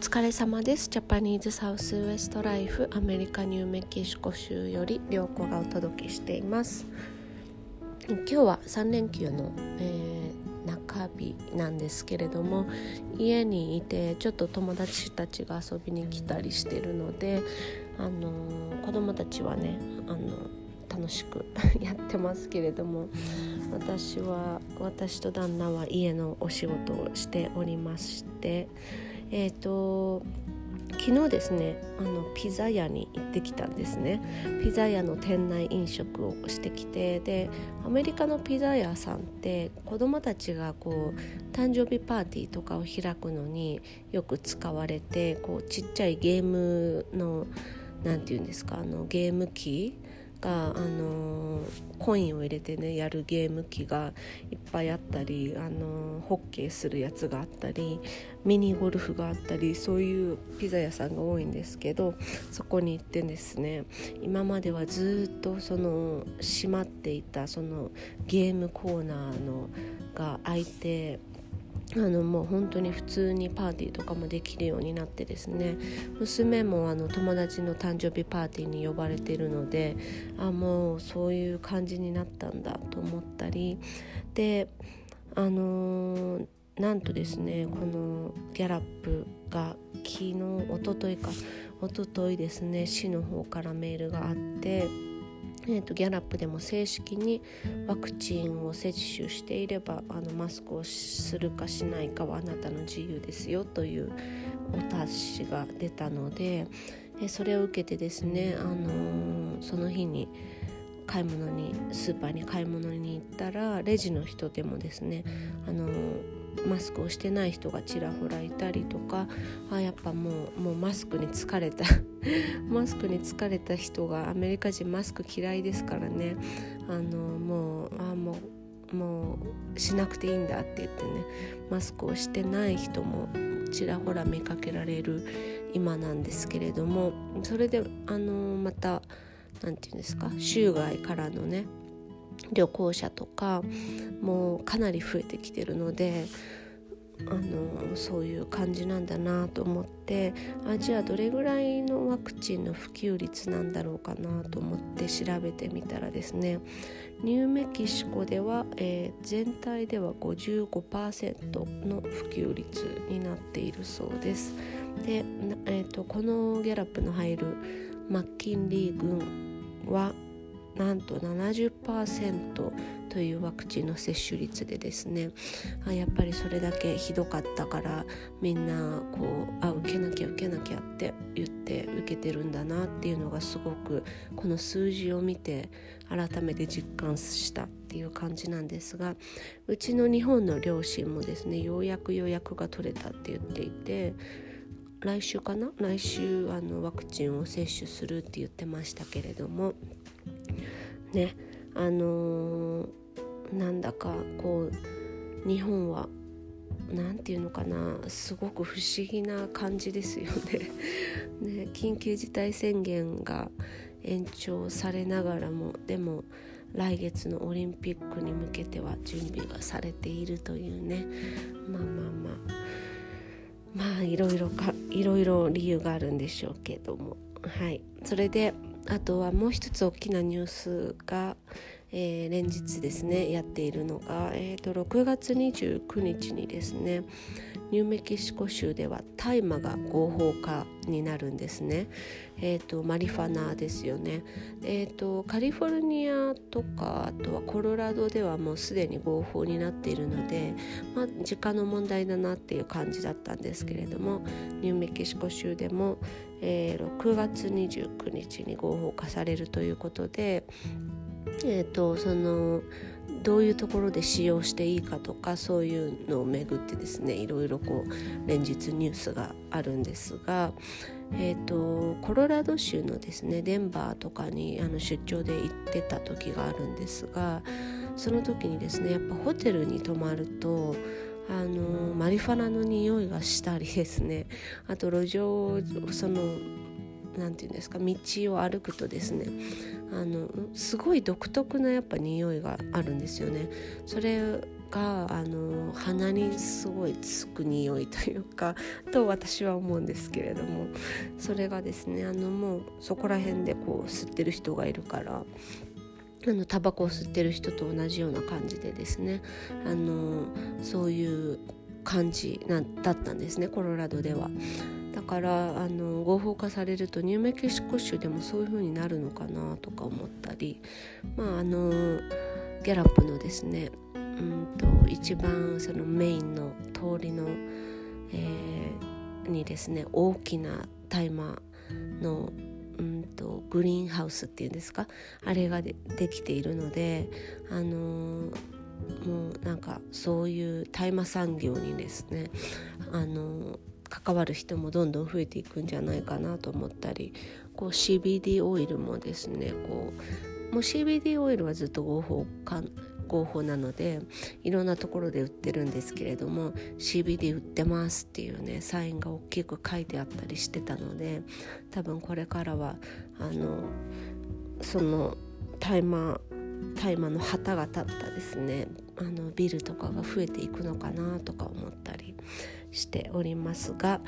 疲れ様です。ジャパニーズサウスウエストライフアメリカニューメキシコ州より涼子がお届けしています。今日は3連休の、中日なんですけれども、家にいてちょっと友達たちが遊びに来たりしてるので、子供たちはね楽しくやってますけれども、私と旦那は家のお仕事をしておりまして、昨日ですねピザ屋に行ってきたんですね。ピザ屋の店内飲食をしてきて、でアメリカのピザ屋さんって子どもたちが誕生日パーティーとかを開くのによく使われて、ちっちゃいゲームのなんていうんですか、ゲーム機がコインを入れてねやるゲーム機がいっぱいあったり、ホッケーするやつがあったり、ミニゴルフがあったり、そういうピザ屋さんが多いんですけど、そこに行ってですね、今まではずっと閉まっていたそのゲームコーナーが開いて、もう本当に普通にパーティーとかもできるようになってですね、娘も友達の誕生日パーティーに呼ばれているので、もうそういう感じになったんだと思ったりで、なんとですね、このギャラップが一昨日ですね、市の方からメールがあって、ギャラップでも正式にワクチンを接種していればマスクをするかしないかはあなたの自由ですよというお達しが出たので、それを受けてですね、その日にスーパーに買い物に行ったら、レジの人でもですねマスクをしてない人がちらほらいたりとか、やっぱもうマスクに疲れたマスクに疲れた人が、アメリカ人マスク嫌いですからね、もうしなくていいんだって言ってね、マスクをしてない人もちらほら見かけられる今なんですけれども、それでまたなんていうんですか、州外からのね旅行者とかもうかなり増えてきてるので、そういう感じなんだなと思って、じゃあどれぐらいのワクチンの普及率なんだろうかなと思って調べてみたらですね、ニューメキシコでは、全体では 55% の普及率になっているそうです。で、このギャラップの入るマッキンリー郡はなんと 70% というワクチンの接種率でですね、やっぱりそれだけひどかったからみんな受けなきゃって言って受けてるんだなっていうのがすごくこの数字を見て改めて実感したっていう感じなんですが、うちの日本の両親もですね、ようやく予約が取れたって言っていて、来週ワクチンを接種するって言ってましたけれどもね、なんだか日本はなんていうのかな、すごく不思議な感じですよね。緊急事態宣言が延長されながらも、でも来月のオリンピックに向けては準備がされているというね、いろいろ理由があるんでしょうけども、はい。それであとはもう一つ大きなニュースが、連日ですねやっているのが、6月29日にですね、ニューメキシコ州では大麻が合法化になるんですね。マリファナですよね。カリフォルニアとかあとはコロラドではもうすでに合法になっているので、時間の問題だなっていう感じだったんですけれども、ニューメキシコ州でも、6月29日に合法化されるということで、どういうところで使用していいかとか、そういうのをめぐってですね、いろいろ連日ニュースがあるんですが、コロラド州のですねデンバーとかに出張で行ってた時があるんですが、その時にですね、やっぱホテルに泊まるとマリファナの匂いがしたりですね、あと路上なんていうんですか、道を歩くとですね、すごい独特なやっぱ匂いがあるんですよね。それが鼻にすごいつく匂いというかと私は思うんですけれども、それがですねもうそこら辺でこう吸ってる人がいるからタバコを吸ってる人と同じような感じでですねそういう感じだったんですね、コロラドでは。だから合法化されるとニューメキシコ州でもそういう風になるのかなとか思ったり、ギャラップのですね一番そのメインの通りの、にですね大きな大麻のグリーンハウスっていうんですか、あれが できているのでもうなんかそういう大麻産業にですね関わる人もどんどん増えていくんじゃないかなと思ったり、こう CBD オイルもですねもう CBD オイルはずっと合法なのでいろんなところで売ってるんですけれども、 CBD 売ってますっていうねサインが大きく書いてあったりしてたので、多分これからはその大麻の旗が立ったですねビルとかが増えていくのかなとか思ったりしておりますが、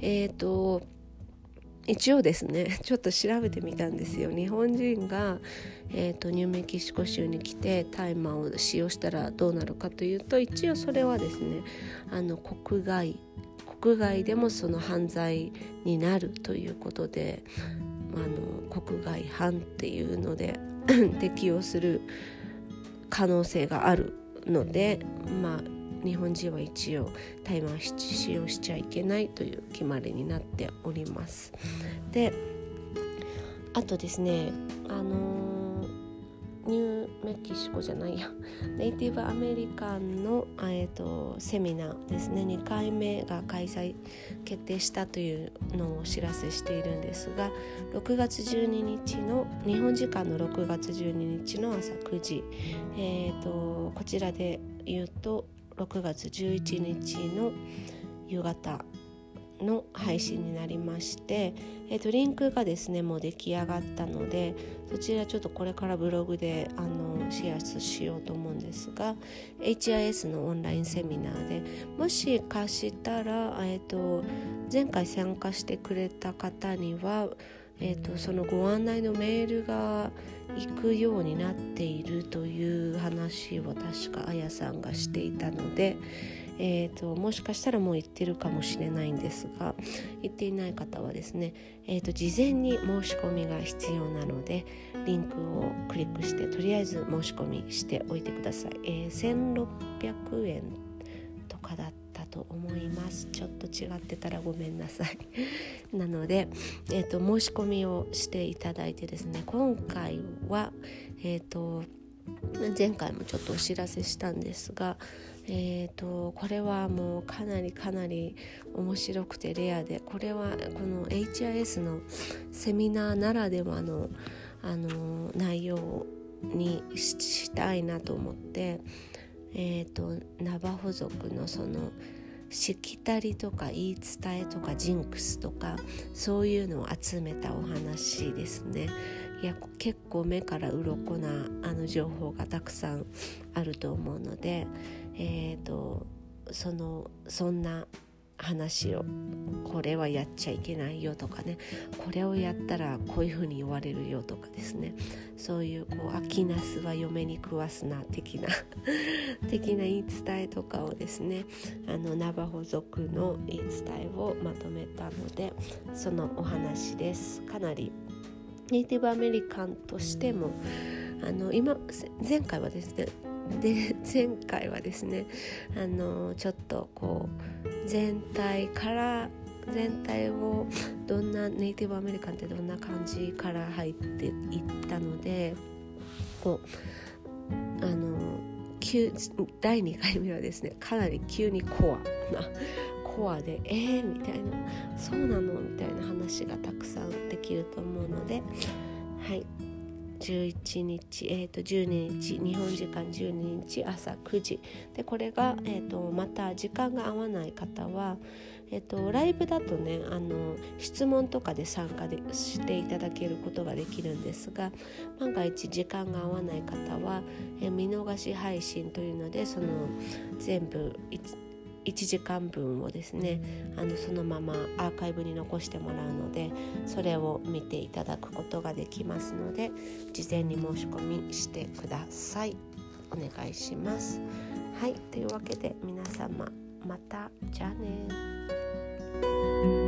一応ですねちょっと調べてみたんですよ。日本人が、ニューメキシコ州に来て大麻を使用したらどうなるかというと、一応それはですね国外でもその犯罪になるということで国外犯っていうので適用する可能性があるので、日本人は一応大麻を使用しちゃいけないという決まりになっております。で、あとですねニューメキシコじゃないやネイティブアメリカンの、セミナーですね2回目が開催決定したというのをお知らせしているんですが、6月12日の日本時間の6月12日の朝9時、こちらで言うと6月11日の夕方の配信になりまして、リンクがですねもう出来上がったので、そちらちょっとこれからブログでシェアしようと思うんですが、 HIS のオンラインセミナーでもしかしたら、前回参加してくれた方には、そのご案内のメールが行くようになっているという話を確かあやさんがしていたので、もしかしたらもう行ってるかもしれないんですが、行っていない方はですね、事前に申し込みが必要なのでリンクをクリックしてとりあえず申し込みしておいてください。1600円とかだったと思います。ちょっと違ってたらごめんなさいなので、申し込みをしていただいてですね、今回は前回もちょっとお知らせしたんですが、これはもうかなり面白くてレアで、これはこの HIS のセミナーならではの、内容にしたいなと思って、ナバホ族のそのしきたりとか言い伝えとかジンクスとかそういうのを集めたお話ですね。いや結構目から鱗な情報がたくさんあると思うので、そんな話を、これはやっちゃいけないよとかね、これをやったらこういうふうに言われるよとかですね、そういう秋ナスは嫁に食わすな的な言い伝えとかをですねナバホ族の言い伝えをまとめたので、そのお話です。かなりネイティブアメリカンとしても前回はですねちょっと全体をどんなネイティブアメリカンってどんな感じから入っていったので、第2回目はですねかなり急にコアでみたいな、そうなのみたいな話がたくさんできると思うので、はい12日、日本時間12日朝9時で、これが、また時間が合わない方は、 ライブだとね質問とかで参加していただけることができるんですが、万が一時間が合わない方は、見逃し配信というのでその全部1時間分をですねそのままアーカイブに残してもらうので、それを見ていただくことができますので、事前に申し込みしてください。お願いします。はい、というわけで皆様またじゃあね。